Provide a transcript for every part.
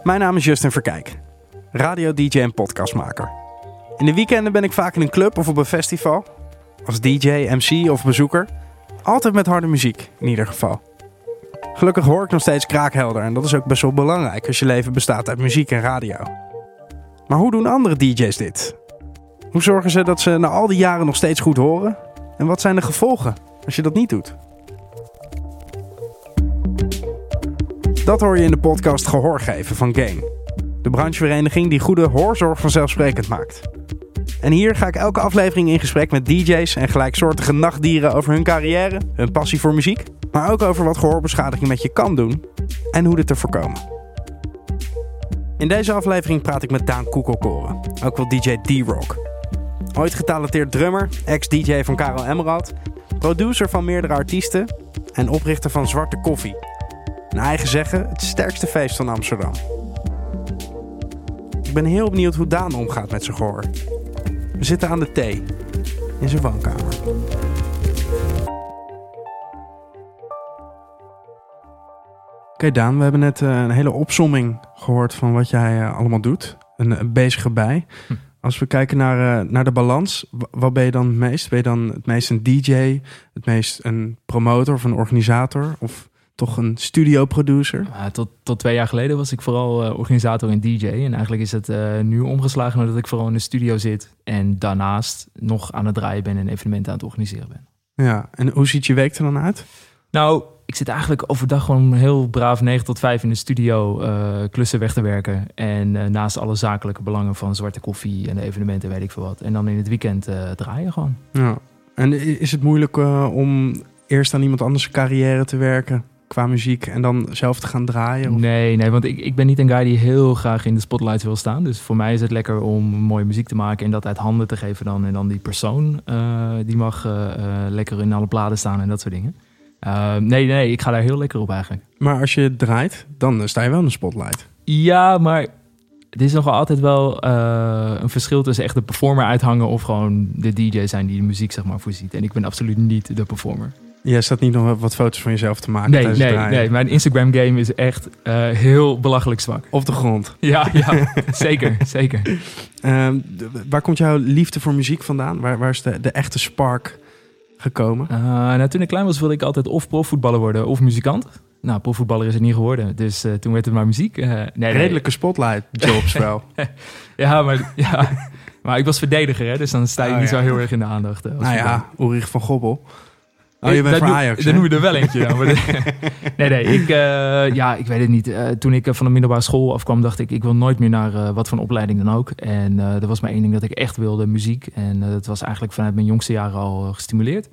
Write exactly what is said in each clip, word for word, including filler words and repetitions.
Mijn naam is Justin Verkijk, radio-D J en podcastmaker. In de weekenden ben ik vaak in een club of op een festival. Als D J, M C of bezoeker. Altijd met harde muziek, in ieder geval. Gelukkig hoor ik nog steeds kraakhelder en dat is ook best wel belangrijk als je leven bestaat uit muziek en radio. Maar hoe doen andere D J's dit? Hoe zorgen ze dat ze na al die jaren nog steeds goed horen? En wat zijn de gevolgen als je dat niet doet? Dat hoor je in de podcast Gehoor Geven van Gain. De branchevereniging die goede hoorzorg vanzelfsprekend maakt. En hier ga ik elke aflevering in gesprek met D J's en gelijksoortige nachtdieren over hun carrière, hun passie voor muziek, maar ook over wat gehoorbeschadiging met je kan doen en hoe dit te voorkomen. In deze aflevering praat ik met Daan Koekelkoren, ook wel D J D-Rock. Ooit getalenteerd drummer, ex-D J van Karel Emerald, producer van meerdere artiesten en oprichter van Zwarte Koffie. Naar eigen zeggen het sterkste feest van Amsterdam. Ik ben heel benieuwd hoe Daan omgaat met zijn gehoor. We zitten aan de thee in zijn woonkamer. Oké okay Daan, we hebben net uh, een hele opsomming gehoord van wat jij uh, allemaal doet. Een, een bezige bij. Hm. Als we kijken naar, uh, naar de balans, w- wat ben je dan het meest? Ben je dan het meest een D J, het meest een promotor of een organisator? Of toch een studio-producer? Uh, tot, tot twee jaar geleden was ik vooral uh, organisator en D J. En eigenlijk is het uh, nu omgeslagen nadat ik vooral in de studio zit. En daarnaast nog aan het draaien ben en evenementen aan het organiseren ben. Ja, en hoe ziet je week er dan uit? Nou, ik zit eigenlijk overdag gewoon heel braaf negen tot vijf in de studio uh, klussen weg te werken. En uh, naast alle zakelijke belangen van Zwarte Koffie en de evenementen weet ik veel wat. En dan in het weekend uh, draaien gewoon. Ja. En is het moeilijk uh, om eerst aan iemand anders carrière te werken qua muziek en dan zelf te gaan draaien? Of? Nee, nee, want ik, ik ben niet een guy die heel graag in de spotlight wil staan. Dus voor mij is het lekker om mooie muziek te maken en dat uit handen te geven dan. En dan die persoon, uh, die mag uh, uh, lekker in alle bladen staan en dat soort dingen. Uh, nee, nee, ik ga daar heel lekker op eigenlijk. Maar als je draait, dan sta je wel in de spotlight. Ja, maar het is nogal altijd wel uh, een verschil tussen echt de performer uithangen of gewoon de D J zijn die de muziek zeg maar voorziet. En ik ben absoluut niet de performer. Jij staat niet nog wat foto's van jezelf te maken nee, tijdens nee, het draaien? Nee, mijn Instagram game is echt uh, heel belachelijk zwak. Op de grond? Ja, ja zeker, zeker. Uh, de, waar komt jouw liefde voor muziek vandaan? Waar, waar is de, de echte spark gekomen? Uh, nou, toen ik klein was wilde ik altijd of profvoetballer worden of muzikant. Nou, profvoetballer is het niet geworden. Dus uh, toen werd het maar muziek. Uh, nee, nee. Redelijke spotlight jobs wel. ja, maar, ja, maar ik was verdediger, hè, dus dan sta je oh, niet ja. zo heel erg in de aandacht. Uh, nou ja, Ulrich van Gobbel. Oh, je bent voor Ajax, Dan noem je er wel eentje. Ja, maar de, nee, nee, ik, uh, ja, ik weet het niet. Uh, toen ik uh, van de middelbare school afkwam, dacht ik, ik wil nooit meer naar uh, wat voor opleiding dan ook. En uh, er was maar één ding dat ik echt wilde, muziek. En uh, dat was eigenlijk vanuit mijn jongste jaren al uh, gestimuleerd.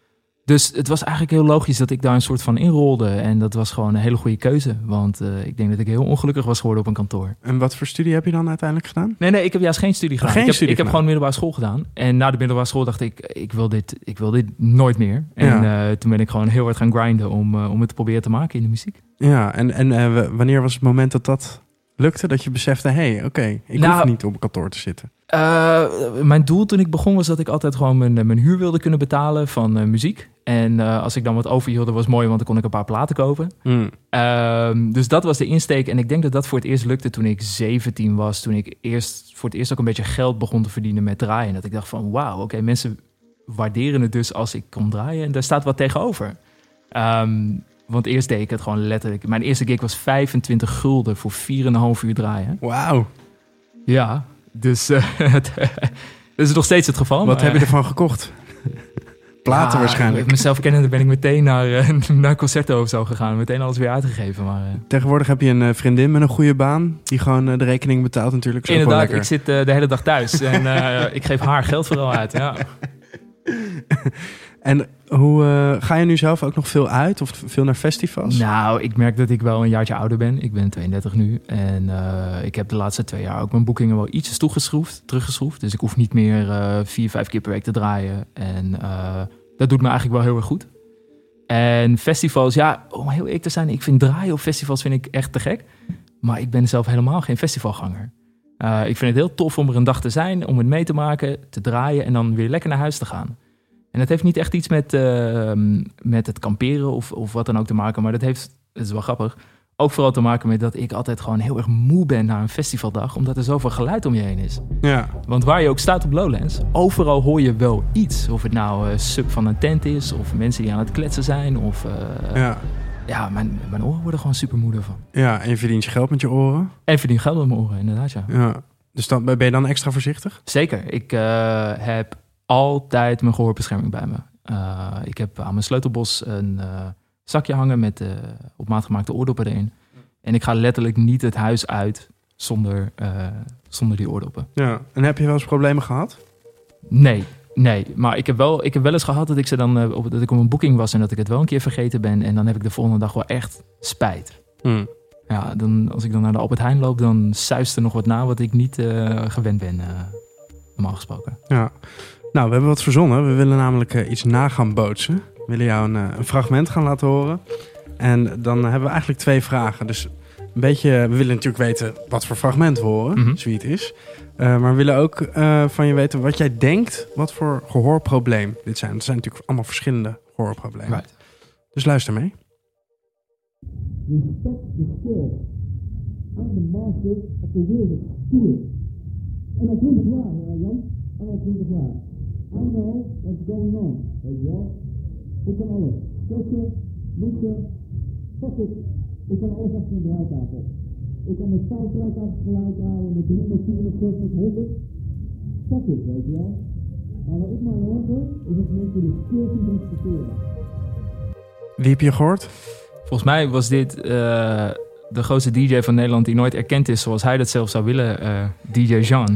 Dus het was eigenlijk heel logisch dat ik daar een soort van inrolde. En dat was gewoon een hele goede keuze. Want uh, ik denk dat ik heel ongelukkig was geworden op een kantoor. En wat voor studie heb je dan uiteindelijk gedaan? Nee, nee, ik heb juist geen studie gedaan. Geen ik heb, studie ik heb gewoon middelbare school gedaan. En na de middelbare school dacht ik, ik wil dit, ik wil dit nooit meer. En ja. uh, toen ben ik gewoon heel hard gaan grinden om, uh, om het te proberen te maken in de muziek. Ja, en, en uh, wanneer was het moment dat dat lukte? Dat je besefte, hé, hey, oké, okay, ik nou, hoef niet op een kantoor te zitten. Uh, mijn doel toen ik begon was dat ik altijd gewoon mijn, mijn huur wilde kunnen betalen van uh, muziek. En uh, als ik dan wat overhield, dat was mooi, want dan kon ik een paar platen kopen. Mm. Uh, dus dat was de insteek. En ik denk dat dat voor het eerst lukte toen ik zeventien was. Toen ik eerst voor het eerst ook een beetje geld begon te verdienen met draaien. En dat ik dacht van, wauw, oké, okay, mensen waarderen het dus als ik kom draaien. En daar staat wat tegenover. Um, want eerst deed ik het gewoon letterlijk. Mijn eerste gig was vijfentwintig gulden voor vier en een half uur draaien. Wauw. Ja, dus uh, het, dat is nog steeds het geval. Wat maar, heb je ervan gekocht? Platen ja, waarschijnlijk. Mezelf kennende ben ik meteen naar, uh, naar Concerto of zo gegaan. Meteen alles weer uitgegeven. Maar, uh... Tegenwoordig heb je een uh, vriendin met een goede baan. Die gewoon uh, de rekening betaalt natuurlijk. Zo Inderdaad, ik zit uh, de hele dag thuis. en uh, ik geef haar geld vooral uit. Ja. En hoe uh, ga je nu zelf ook nog veel uit? Of veel naar festivals? Nou, ik merk dat ik wel een jaartje ouder ben. Ik ben tweeëndertig nu. En uh, ik heb de laatste twee jaar ook mijn boekingen wel ietsjes toegeschroefd, teruggeschroefd. Dus ik hoef niet meer uh, vier, vijf keer per week te draaien. En uh, dat doet me eigenlijk wel heel erg goed. En festivals, ja, om heel eerlijk te zijn, ik vind draaien op festivals vind ik echt te gek. Maar ik ben zelf helemaal geen festivalganger. Uh, ik vind het heel tof om er een dag te zijn, om het mee te maken, te draaien en dan weer lekker naar huis te gaan. En dat heeft niet echt iets met, uh, met het kamperen of, of wat dan ook te maken, maar dat heeft, het is wel grappig, ook vooral te maken met dat ik altijd gewoon heel erg moe ben na een festivaldag. Omdat er zoveel geluid om je heen is. Ja. Want waar je ook staat op Lowlands, overal hoor je wel iets. Of het nou uh, sub van een tent is, of mensen die aan het kletsen zijn. Of uh, ja, ja mijn, mijn oren worden gewoon super moe ervan. Ja, en je verdient je geld met je oren. En verdien geld met mijn oren, inderdaad, ja. Ja. Dus dan, ben je dan extra voorzichtig? Zeker. Ik uh, heb altijd mijn gehoorbescherming bij me. Uh, ik heb aan mijn sleutelbos een uh, zakje hangen met uh, op maat gemaakte oordoppen erin. En ik ga letterlijk niet het huis uit zonder, uh, zonder die oordoppen. Ja. En heb je wel eens problemen gehad? Nee, nee. Maar ik heb wel, ik heb wel eens gehad dat ik, ze dan, uh, op, dat ik op een boeking was en dat ik het wel een keer vergeten ben. En dan heb ik de volgende dag wel echt spijt. Hmm. Ja, dan, als ik dan naar de Albert Heijn loop, dan suist er nog wat na wat ik niet uh, gewend ben, uh, normaal gesproken. Ja. Nou, we hebben wat verzonnen. We willen namelijk uh, iets na gaan bootsen. We willen jou een, uh, een fragment gaan laten horen. En dan hebben we eigenlijk twee vragen. Dus een beetje, we willen natuurlijk weten wat voor fragment we horen, mm-hmm. dus wie het is. Uh, maar we willen ook uh, van je weten wat jij denkt, wat voor gehoorprobleem dit zijn. Het zijn natuurlijk allemaal verschillende gehoorproblemen. Right. Dus luister mee. Respect the skill. I'm the master of the world of skill. En al twintig jaar, Jan. En al twintig jaar. I know what's going on. Weet je wel? Ik kan alles. Strekken, mixen, fuck it. Ik kan alles achter een draaitafel. Ik kan met vijf draaitafels gelijk halen, met drie, met tien, met zes, met honderd. Fuck it, weet je wel? Maar wat ik maar hoor, is dat mensen de skills niet respecteren. Wie heb je gehoord? Volgens mij was dit uh, de grootste D J van Nederland die nooit erkend is zoals hij dat zelf zou willen, uh, D J Jean.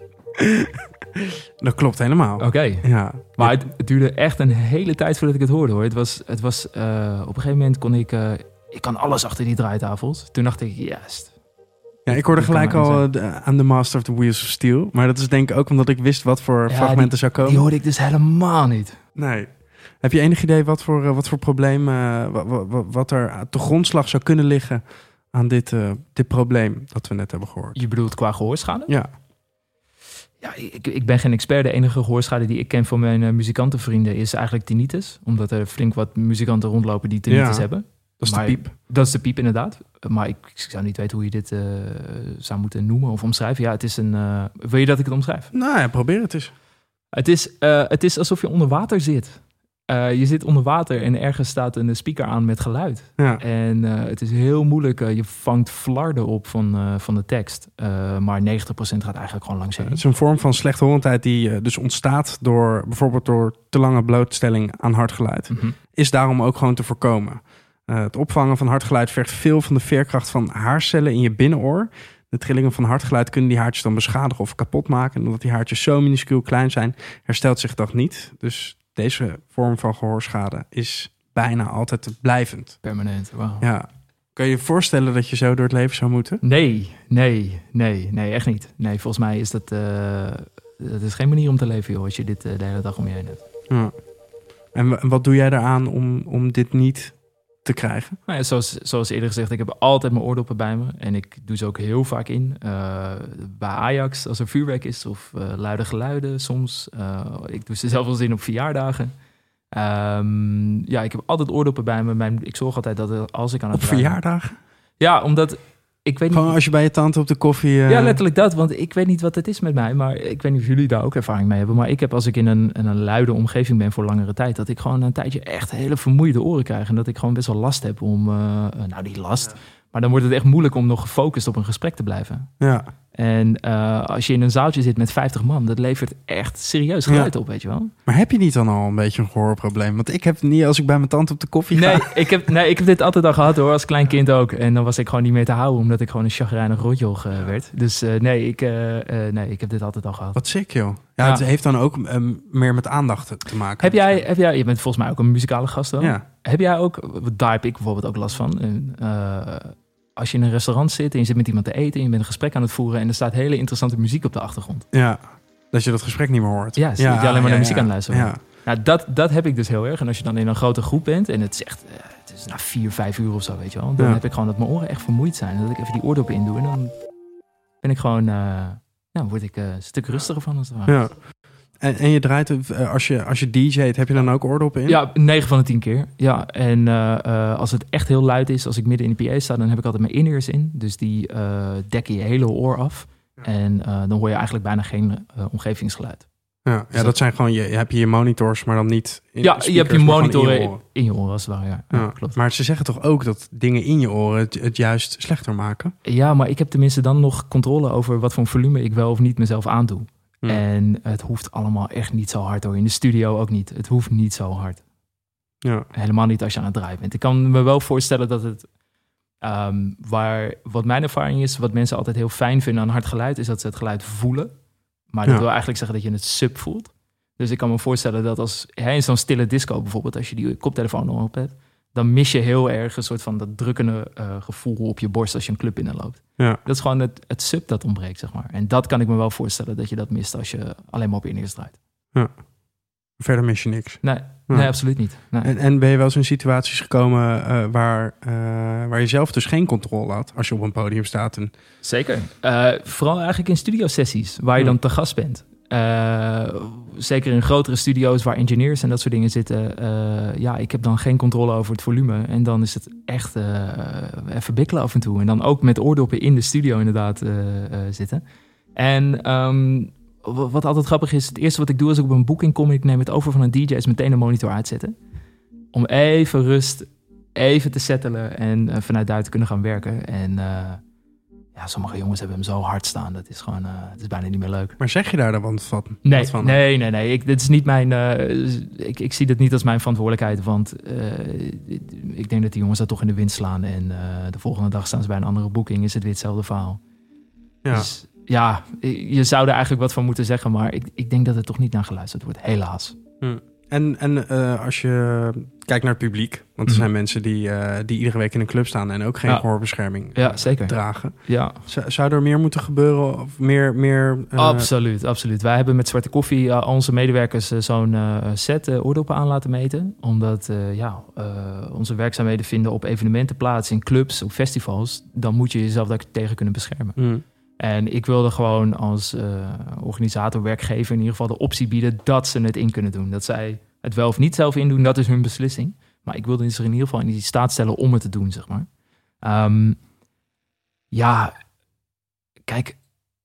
Dat klopt helemaal. Oké. Okay. Ja. Maar het, het duurde echt een hele tijd voordat ik het hoorde, hoor. Het was, het was uh, op een gegeven moment kon ik, uh, ik kan alles achter die draaitafels. Toen dacht ik, yes. Ja, ik hoorde gelijk al aan The Master of the Wheels of Steel. Maar dat is denk ik ook omdat ik wist wat voor ja, fragmenten die, zou komen. Die hoorde ik dus helemaal niet. Nee. Heb je enig idee wat voor, uh, wat voor probleem, uh, wat, wat, wat er te grondslag zou kunnen liggen aan dit, uh, dit probleem dat we net hebben gehoord? Je bedoelt qua gehoorschade? Ja. Ja, ik, ik ben geen expert. De enige gehoorschade die ik ken van mijn uh, muzikantenvrienden is eigenlijk tinnitus. Omdat er flink wat muzikanten rondlopen die tinnitus ja, hebben. Dat is maar, de piep. Dat is de piep, inderdaad. Maar ik, ik zou niet weten hoe je dit uh, zou moeten noemen of omschrijven. Ja, het is een... Uh, wil je dat ik het omschrijf? Nou ja, probeer het eens. Het is, uh, het is alsof je onder water zit. Uh, je zit onder water en ergens staat een speaker aan met geluid. Ja. En uh, het is heel moeilijk. Uh, je vangt flarden op van, uh, van de tekst. Uh, maar negentig procent gaat eigenlijk gewoon langs heen. Het is een vorm van slechthorendheid die uh, dus ontstaat door bijvoorbeeld door te lange blootstelling aan hard geluid. Mm-hmm. Is daarom ook gewoon te voorkomen. Uh, het opvangen van hard geluid vergt veel van de veerkracht van haarcellen in je binnenoor. De trillingen van hard geluid kunnen die haartjes dan beschadigen of kapot maken. En omdat die haartjes zo minuscuul klein zijn, herstelt zich dat niet. Dus deze vorm van gehoorschade is bijna altijd blijvend. Permanent, wauw. Ja. Kun je je voorstellen dat je zo door het leven zou moeten? Nee, nee, nee, nee, echt niet. Nee, volgens mij is dat, uh, dat is geen manier om te leven, joh, als je dit uh, de hele dag om je heen hebt. Ja. En, en wat doe jij daaraan om, om dit niet te krijgen? Nou ja, zoals, zoals eerder gezegd, ik heb altijd mijn oordoppen bij me. En ik doe ze ook heel vaak in. Uh, bij Ajax, als er vuurwerk is of uh, luide geluiden soms. Uh, ik doe ze zelf wel eens in op verjaardagen. Um, ja, ik heb altijd oordoppen bij me. Mijn, ik zorg altijd dat als ik aan het Op draaien... verjaardagen? Ja, omdat... Ik weet Gewoon niet... als je bij je tante op de koffie... Uh... Ja, letterlijk dat. Want ik weet niet wat het is met mij. Maar ik weet niet of jullie daar ook ervaring mee hebben. Maar ik heb als ik in een, in een luide omgeving ben voor langere tijd... dat ik gewoon een tijdje echt hele vermoeide oren krijg. En dat ik gewoon best wel last heb om... Uh, nou, die last. Ja. Maar dan wordt het echt moeilijk om nog gefocust op een gesprek te blijven. Ja. En uh, als je in een zaaltje zit met vijftig man... dat levert echt serieus geluid ja. op, weet je wel. Maar heb je niet dan al een beetje een gehoorprobleem? Want ik heb niet als ik bij mijn tante op de koffie nee, ga. Ik heb, nee, ik heb dit altijd al gehad hoor, als klein kind ook. En dan was ik gewoon niet meer te houden... omdat ik gewoon een chagrijnig rotjoch uh, werd. Dus uh, nee, ik, uh, uh, nee, ik heb dit altijd al gehad. Wat sick, joh. Ja, ja. Het heeft dan ook um, meer met aandacht te maken. Heb jij, heb jij, je bent volgens mij ook een muzikale gast wel. Ja. Heb jij ook, daar heb ik bijvoorbeeld ook last van... Uh, als je in een restaurant zit en je zit met iemand te eten... en je bent een gesprek aan het voeren... en er staat hele interessante muziek op de achtergrond. Ja, dat je dat gesprek niet meer hoort. Ja, zie ja, je alleen maar ja, naar muziek ja, aan luisteren. Ja. Nou, dat, dat heb ik dus heel erg. En als je dan in een grote groep bent... en het is echt, uh, het is na vier, vijf uur of zo, weet je wel... dan ja. heb ik gewoon dat mijn oren echt vermoeid zijn. En dat ik even die oordoppen in doe. En dan ben ik gewoon... Uh, nou, word ik uh, een stuk rustiger van als het ware. Ja. En, en je draait, uh, als je, als je D J't, heb je dan ook oordoppen in? Ja, negen van de tien keer. Ja, en uh, uh, als het echt heel luid is, als ik midden in de P A sta, dan heb ik altijd mijn in-ears in. Dus die uh, dekken je hele oor af. Ja. En uh, dan hoor je eigenlijk bijna geen uh, omgevingsgeluid. Ja, ja, dat zijn gewoon, je, je hebt je monitors, maar dan niet in ja, de je hebt je monitor in je oren. In je oren als het ware, ja. ja, ja klopt. Maar ze zeggen toch ook dat dingen in je oren het, het juist slechter maken? Ja, maar ik heb tenminste dan nog controle over wat voor volume ik wel of niet mezelf aandoe. Hmm. En het hoeft allemaal echt niet zo hard hoor. In de studio ook niet. Het hoeft niet zo hard. Ja. Helemaal niet als je aan het draaien bent. Ik kan me wel voorstellen dat het... Um, waar, wat mijn ervaring is, wat mensen altijd heel fijn vinden aan hard geluid, is dat ze het geluid voelen. Maar dat ja. wil eigenlijk zeggen dat je het sub voelt. Dus ik kan me voorstellen dat als hij in zo'n stille disco bijvoorbeeld, als je die koptelefoon op hebt, dan mis je heel erg een soort van dat drukkende uh, gevoel op je borst als je een club binnenloopt. Ja. Dat is gewoon het, het sub dat ontbreekt, zeg maar. En dat kan ik me wel voorstellen dat je dat mist als je alleen maar op in-ears draait. Ja. Verder mis je niks. Nee, ja. nee absoluut niet. Nee. En, en ben je wel eens in situaties gekomen uh, waar, uh, waar je zelf dus geen controle had als je op een podium staat? En... Zeker. Uh, vooral eigenlijk in studiosessies waar je ja. dan te gast bent. Uh, zeker in grotere studio's waar engineers en dat soort dingen zitten. Uh, ja, ik heb dan geen controle over het volume. En dan is het echt uh, even bikkelen af en toe. En dan ook met oordoppen in de studio inderdaad uh, uh, zitten. En um, wat altijd grappig is, het eerste wat ik doe als ik op een boeking kom, ik neem het over van een D J, is meteen een monitor uitzetten. Om even rust, even te settelen en uh, vanuit daar te kunnen gaan werken. En uh, ja, sommige jongens hebben hem zo hard staan, dat is gewoon, uh, het is bijna niet meer leuk. Maar zeg je daar dan wat van? Nee, wat van? nee, nee, nee. Ik, dit is niet mijn, uh, ik, ik zie dit niet als mijn verantwoordelijkheid, want uh, ik denk dat die jongens dat toch in de wind slaan en uh, de volgende dag staan ze bij een andere boeking, is het weer hetzelfde verhaal. Ja. Dus, ja, je zou er eigenlijk wat van moeten zeggen, maar ik, ik denk dat het toch niet naar geluisterd wordt, helaas. Hm. En, en uh, als je kijkt naar het publiek, want er zijn mm. mensen die, uh, die iedere week in een club staan en ook geen ja. gehoorbescherming ja, uh, zeker. dragen. Ja. Z- zou er meer moeten gebeuren? Of meer, meer, uh... Absoluut, absoluut. Wij hebben met Zwarte Koffie uh, onze medewerkers uh, zo'n uh, set uh, oordoppen aan laten meten. Omdat uh, ja, uh, onze werkzaamheden vinden op evenementen plaats, in clubs, op festivals. Dan moet je jezelf daar tegen kunnen beschermen. Mm. En ik wilde gewoon als uh, organisator, werkgever in ieder geval de optie bieden dat ze het in kunnen doen. Dat zij het wel of niet zelf indoen, dat is hun beslissing. Maar ik wilde ze in ieder geval in die staat stellen om het te doen, zeg maar. Um, ja, kijk,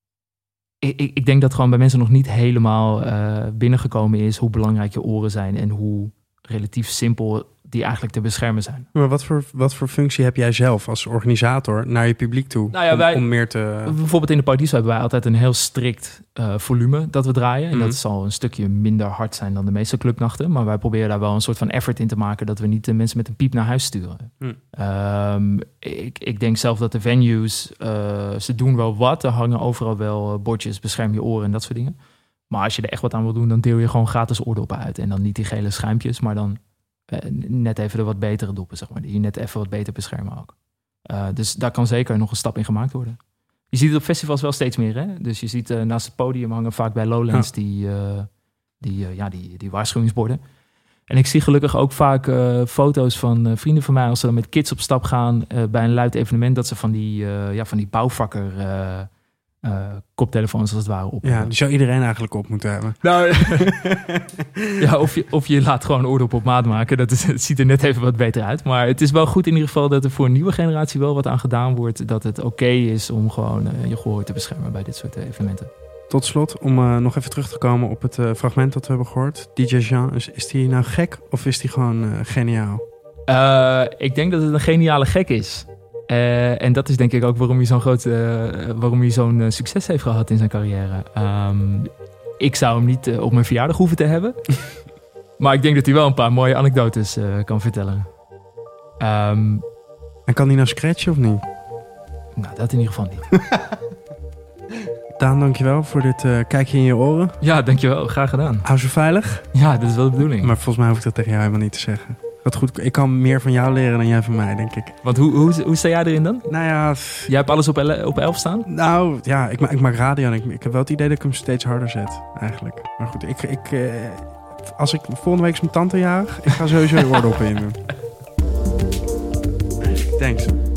ik, ik denk dat gewoon bij mensen nog niet helemaal uh, binnengekomen is hoe belangrijk je oren zijn en hoe relatief simpel die eigenlijk te beschermen zijn. Maar wat voor, wat voor functie heb jij zelf als organisator naar je publiek toe? Nou ja, wij, om, om meer te... Bijvoorbeeld in de parties hebben wij altijd een heel strikt uh, volume dat we draaien. En mm. dat zal een stukje minder hard zijn dan de meeste clubnachten. Maar wij proberen daar wel een soort van effort in te maken dat we niet de mensen met een piep naar huis sturen. Mm. Um, ik, ik denk zelf dat de venues, uh, ze doen wel wat. Er hangen overal wel uh, bordjes, bescherm je oren en dat soort dingen. Maar als je er echt wat aan wil doen, dan deel je gewoon gratis oordoppen uit. En dan niet die gele schuimpjes, maar dan uh, net even de wat betere doppen, zeg maar. Die je net even wat beter beschermen ook. Uh, dus daar kan zeker nog een stap in gemaakt worden. Je ziet het op festivals wel steeds meer, hè? Dus je ziet uh, naast het podium hangen vaak bij Lowlands ja. die, uh, die, uh, ja, die, die waarschuwingsborden. En ik zie gelukkig ook vaak uh, foto's van uh, vrienden van mij als ze dan met kids op stap gaan uh, bij een luid evenement, dat ze van die, uh, ja, van die bouwvakker uh, uh, koptelefoons als het ware op. Ja, die zou iedereen eigenlijk op moeten hebben. Nou, ja, of je, of je laat gewoon oordop op maat maken. Dat is, het ziet er net even wat beter uit. Maar het is wel goed in ieder geval dat er voor een nieuwe generatie wel wat aan gedaan wordt. Dat het oké okay is om gewoon uh, je gehoor te beschermen bij dit soort uh, evenementen. Tot slot, om uh, nog even terug te komen op het uh, fragment dat we hebben gehoord. D J Jean, is, is die nou gek of is die gewoon uh, geniaal? Uh, ik denk dat het een geniale gek is. Uh, en dat is denk ik ook waarom hij zo'n groot, uh, waarom hij zo'n uh, succes heeft gehad in zijn carrière. Um, ik zou hem niet uh, op mijn verjaardag hoeven te hebben. Maar ik denk dat hij wel een paar mooie anekdotes uh, kan vertellen. Um, en kan hij nou scratchen of niet? Nou, dat in ieder geval niet. Daan, dankjewel voor dit uh, kijkje in je oren. Ja, dankjewel. Graag gedaan. Hou ze veilig. Ja, dat is wel de bedoeling. Maar volgens mij hoef ik dat tegen jou helemaal niet te zeggen. Wat goed, ik kan meer van jou leren dan jij van mij, denk ik. Want hoe, hoe, hoe sta jij erin dan? Nou ja... Jij hebt alles op, ele- op elf staan? Nou, ja, ik, ma- ik maak radio en ik, ik heb wel het idee dat ik hem steeds harder zet, eigenlijk. Maar goed, ik, ik, uh, als ik volgende week is mijn tante jarig, ik ga sowieso je oordoppen in doen. Thanks.